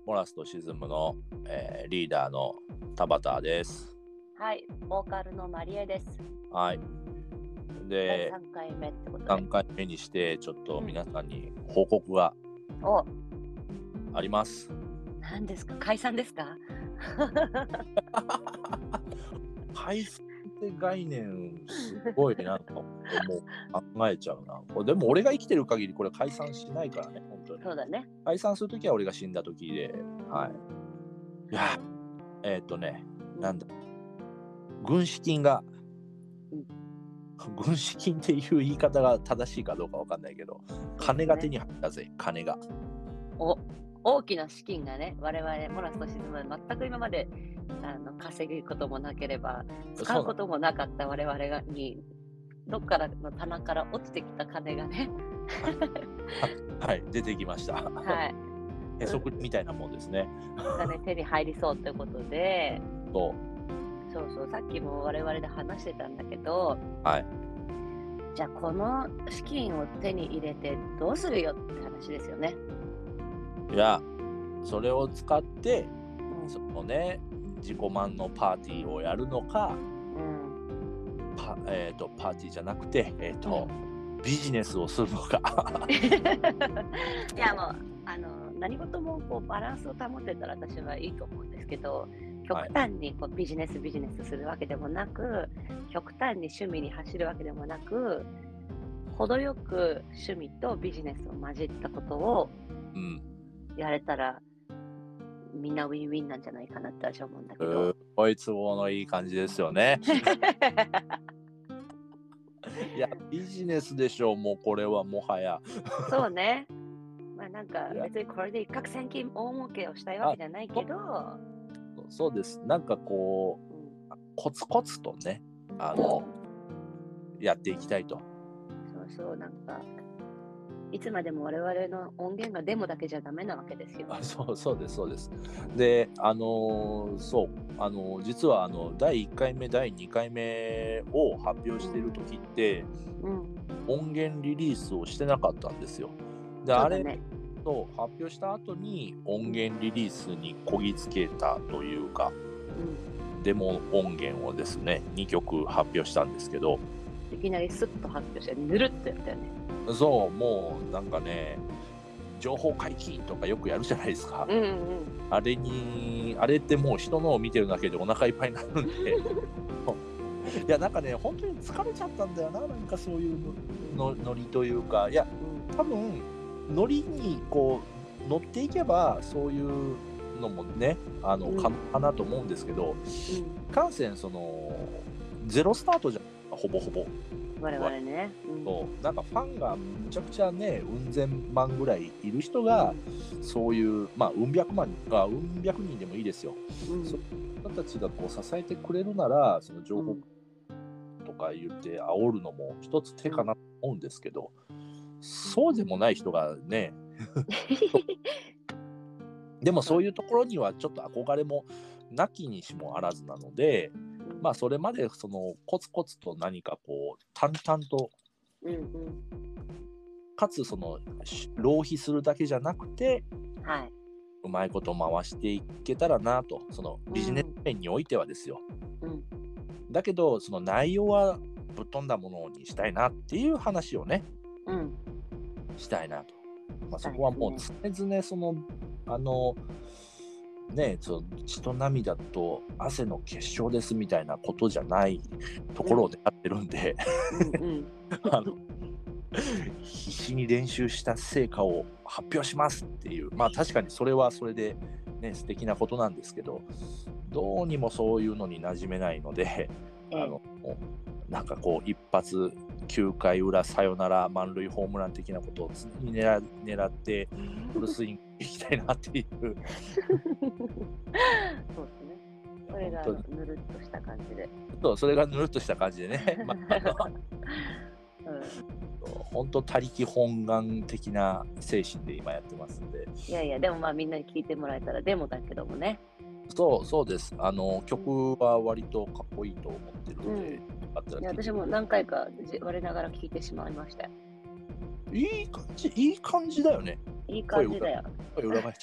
モラスとシズムの、リーダーの田畑です。 はい、ボーカルのマリエです。 はい。で、 3回目ってことで。 3回目にしてちょっと皆さんに報告があります。 何ですか？解散ですか？ 解散って概念すごいなんかもう考えちゃうな。でも俺が生きてる限りこれ解散しないからね、本当に。 そうだね。 解散するときは俺が死んだときで、はい。いや、なんだ。軍資金が、軍資金っていう言い方が正しいかどうかわかんないけど、金が手に入ったぜ、金が。 大きな資金がね、我々モラスとシズム全く今まで稼ぐこともなければ使うこともなかった我々にどっからの棚から落ちてきた金がねはい、出てきました。 はい。 へそくりみたいなもんですね。 がね、手に入りそうということで、 そうさっきも我々で話してたんだけど、 はい。 じゃあこの資金を手に入れてどうするよって話ですよね。 いや、それを使って、そのね、自己満のパーティーをやるのか、パーティーじゃなくて、ビジネスをするのか。 いやもう何事もこうバランスを保ってたら私はいいと思うんですけど、極端にこうビジネスするわけでもなく、極端に趣味に走るわけでもなく、程よく趣味とビジネスを混じったことをやれたら、みんなウィンウィンなんじゃないかなって私は思うんだけど。 こいつものいい感じですよね。いや、ビジネスでしょう、もうこれはもはや。 そうね。まあなんか別にこれで一攫千金大儲けをしたいわけじゃないけど。 そうです。なんかこう、コツコツとね、やっていきたいと。 そう、なんかいつまでも我々の音源がデモだけじゃダメなわけですよ。 そうです。で、実は第1回目、第2回目を発表している時って、音源リリースをしてなかったんですよ。で、あれと発表した後に音源リリースにこぎつけたというか、デモ音源をですね、2曲発表したんですけど、 いきなりスッと発表してぬるっとやったよね。 そう、もうなんかね、情報解禁とかよくやるじゃないですか。あれってもう人のを見てるだけでお腹いっぱいになるんで。いや、なんかね、本当に疲れちゃったんだよな、なんかそういうのノリというか、いや、多分ノリにこう乗っていけばそういうのもね、可能かなと思うんですけど、感染そのゼロスタートじゃん、ほぼほぼ。 我々ね。 なんかファンがむちゃくちゃね、うん千万ぐらいいる人が、そういう、まあ、うん百人でもいいですよ。そういう人たちがこう支えてくれるなら、その情報とか言って煽るのも一つ手かなと思うんですけど、そうでもない人がね、でもそういうところにはちょっと憧れもなきにしもあらずなので、まあそれまでそのコツコツと何かこう淡々と、かつその浪費するだけじゃなくて、うまいこと回していけたらなと、そのビジネス面においてはですよ。だけどその内容はぶっ飛んだものにしたいなっていう話をね、したいなと。まあ、そこはもう常々そのその血と涙と汗の結晶ですみたいなことじゃないところをやってるんで、必死に練習した成果を発表しますっていう、まあ確かにそれはそれでね素敵なことなんですけど、どうにもそういうのに馴染めないので、なんかこう一発9回裏サヨナラ満塁ホームラン的なことを常に狙ってフルスイングいきたいなっていう。 そうですね。それがぬるっとした感じで。 それがぬるっとした感じでね。本当他力本願的な精神で今やってますんで。 いやでもまあみんなに聞いてもらえたらデモだけどもね。 そうです。曲は割とかっこいいと思ってるので、 私も何回か我ながら聞いてしまいました。 いい感じだよね。 いい感じだよ。 声裏返っちゃ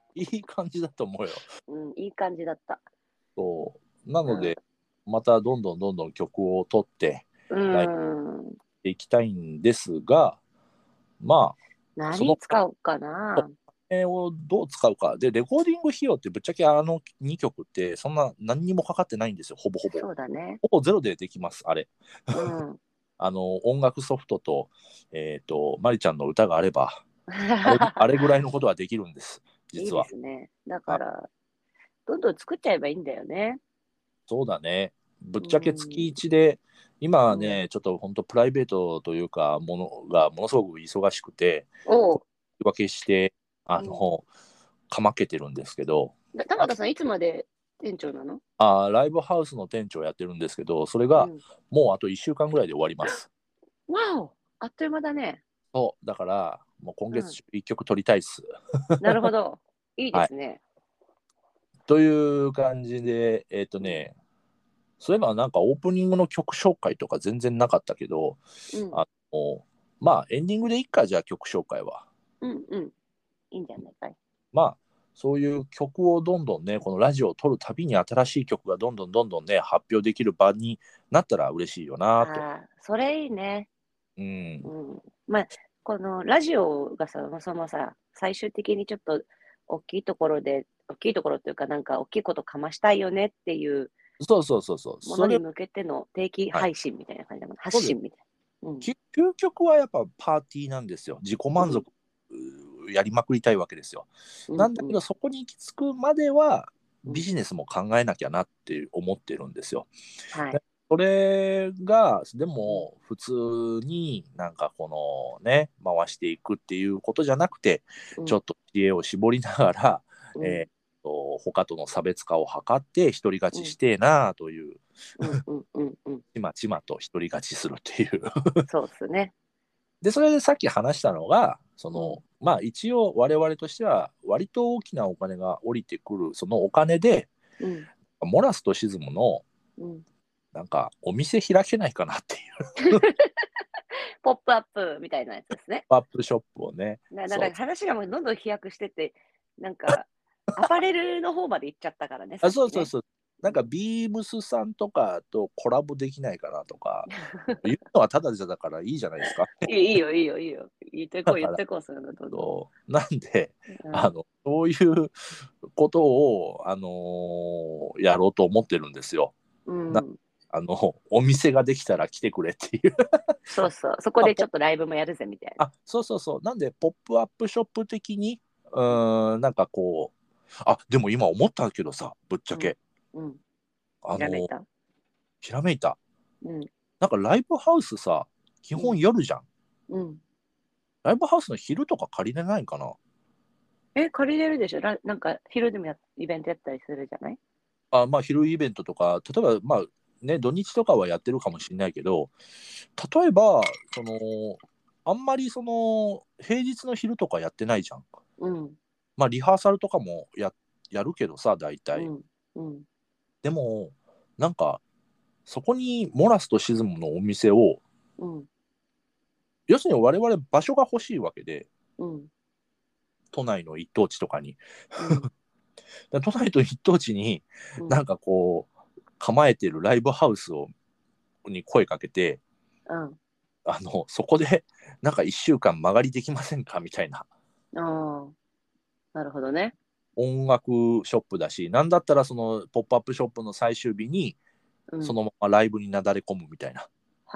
いい感じだと思うよ。 いい感じだった。 そうなので、またどんどん曲を取ってライブしていきたいんですが、まあその何使おうかな。 をどう使うかで、レコーディング費用ってぶっちゃけあの2曲ってそんな何にもかかってないんですよ、ほぼ。 そうだね。 ほぼゼロでできます、あれ。音楽ソフトと、マリちゃんの歌があれば、あれぐらいのことはできるんです、実は。 いいですね。だから、どんどん作っちゃえばいいんだよね。 そうだね。ぶっちゃけ月1で、今はね、ちょっと本当プライベートというか、ものすごく忙しくて、言い訳して、かまけてるんですけど。 田畑さん、いつまで店長なの？ ライブハウスの店長やってるんですけど、それがもうあと1週間ぐらいで終わります。 わお、あっという間だね。 そう、だから、もう今月中1曲取りたいっす。 なるほど。いいですね。はい、 という感じで、そういえばなんかオープニングの曲紹介とか全然なかったけど、まあエンディングでいっか、じゃあ曲紹介は。 いいんじゃないかい。 まあそういう曲をどんどんね、このラジオを撮るたびに新しい曲がどんどんね、発表できる場になったら嬉しいよなと。 それいいね。まあこのラジオがそもそもさ、最終的にちょっと大きいところっていうか、なんか大きいことかましたいよねっていうものに向けての定期配信みたいな感じだもん、発信みたいな。 究極はやっぱパーティーなんですよ。自己満足やりまくりたいわけですよ。なんだけど、そこに行き着くまではビジネスも考えなきゃなって思ってるんですよ。それがでも普通になんかこのね回していくっていうことじゃなくて、ちょっと知恵を絞りながら、他との差別化を図って独り勝ちしてえなという、ちまと独り勝ちするっていうそうですね。 でそれでさっき話したのがまあ一応我々としては割と大きなお金が降りてくるそのお金で、モラスとシズムの、なんかお店開けないかなっていうポップアップみたいなやつですね。 ポップアップショップをね。 なんか話がもうどんどん飛躍してて、なんかアパレルの方まで行っちゃったからね。 そうなんかビームスさんとかとコラボできないかなとか言うのはただじゃだからいいじゃないですか。 いいよ言ってこうそういうのなんで、そういうことをやろうと思ってるんですよ。お店ができたら来てくれっていうそうそこでちょっとライブもやるぜみたいな。 そうなんでポップアップショップ的になんかこうでも今思ったけどさ、ぶっちゃけ、 ひらめいた。 ひらめいた。なんかライブハウスさ、基本夜じゃん。ライブハウスの昼とか借りれないかな。 借りれるでしょ。なんか昼でもイベントやったりするじゃない？ まあ昼イベントとか、例えばまあね、土日とかはやってるかもしれないけど、例えばあんまり平日の昼とかやってないじゃん。まあリハーサルとかもやるけどさ、大体。でもなんかそこにモラスとシズムのお店を、要するに我々場所が欲しいわけで、都内の一等地とかに。都内と一等地になんかこう構えてるライブハウスに声かけて、そこでなんか1週間間借りできませんかみたいな。 なるほどね。 音楽ショップだし、なんだったらそのポップアップショップの最終日にそのままライブになだれ込むみたいな。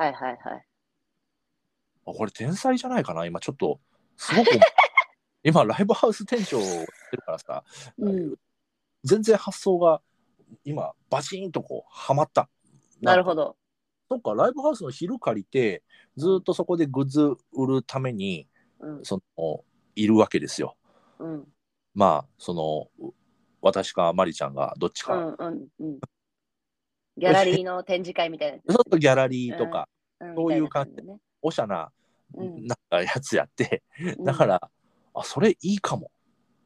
これ天才じゃないかな。今ちょっとすごく今ライブハウス店長をやってるからさ、全然発想が今バチンとこうはまった。 なるほど。 そっか、ライブハウスの昼借りてずっとそこでグッズ売るために、いるわけですよ。まあ私かマリちゃんがどっちか。 ギャラリーの展示会みたいな。 ちょっとギャラリーとか、そういう感じでおしゃななんかやつやって、だからそれいいかも。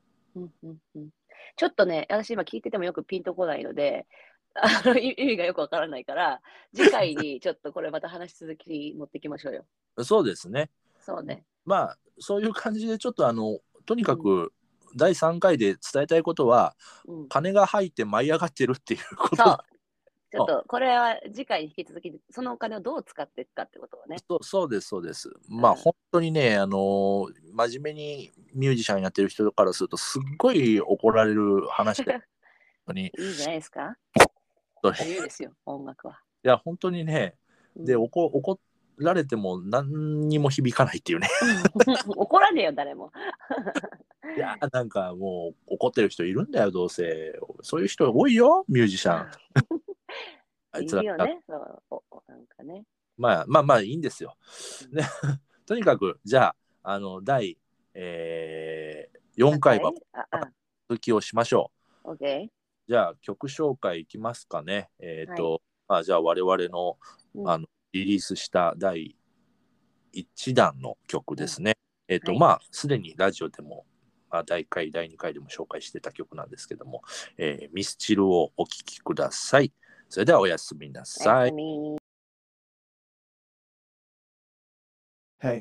ちょっとね、私今聞いててもよくピンとこないので、意味がよくわからないから、次回にちょっとこれまた話し続き持ってきましょうよ。 そうですね。 そうね。 まあそういう感じでちょっととにかく、 第3回で伝えたいことは、金が入って舞い上がってるっていうこと。 そう。ちょっとこれは次回に引き続きそのお金をどう使っていくかってことをね。 そうですそうです。まあ本当にね、真面目にミュージシャンやってる人からするとすっごい怒られる話で。 いいじゃないですか。いいですよ、音楽は。 いや本当にね、で怒られても何にも響かないっていうね。 怒らねえよ誰も。 いやなんかもう怒ってる人いるんだよ、どうせ。そういう人多いよ、ミュージシャン。 いいよね、なんかね。 まあいいんですよ。とにかくじゃあ第、4回は続きをしましょう。OK。 じゃあ曲紹介いきますかね。じゃあ我々のリリースした第1弾の曲ですね。まあすでにラジオでも第1回第2回でも紹介してた曲なんですけども、ミスチルをお聴きください。それではおやすみなさい。 Hey.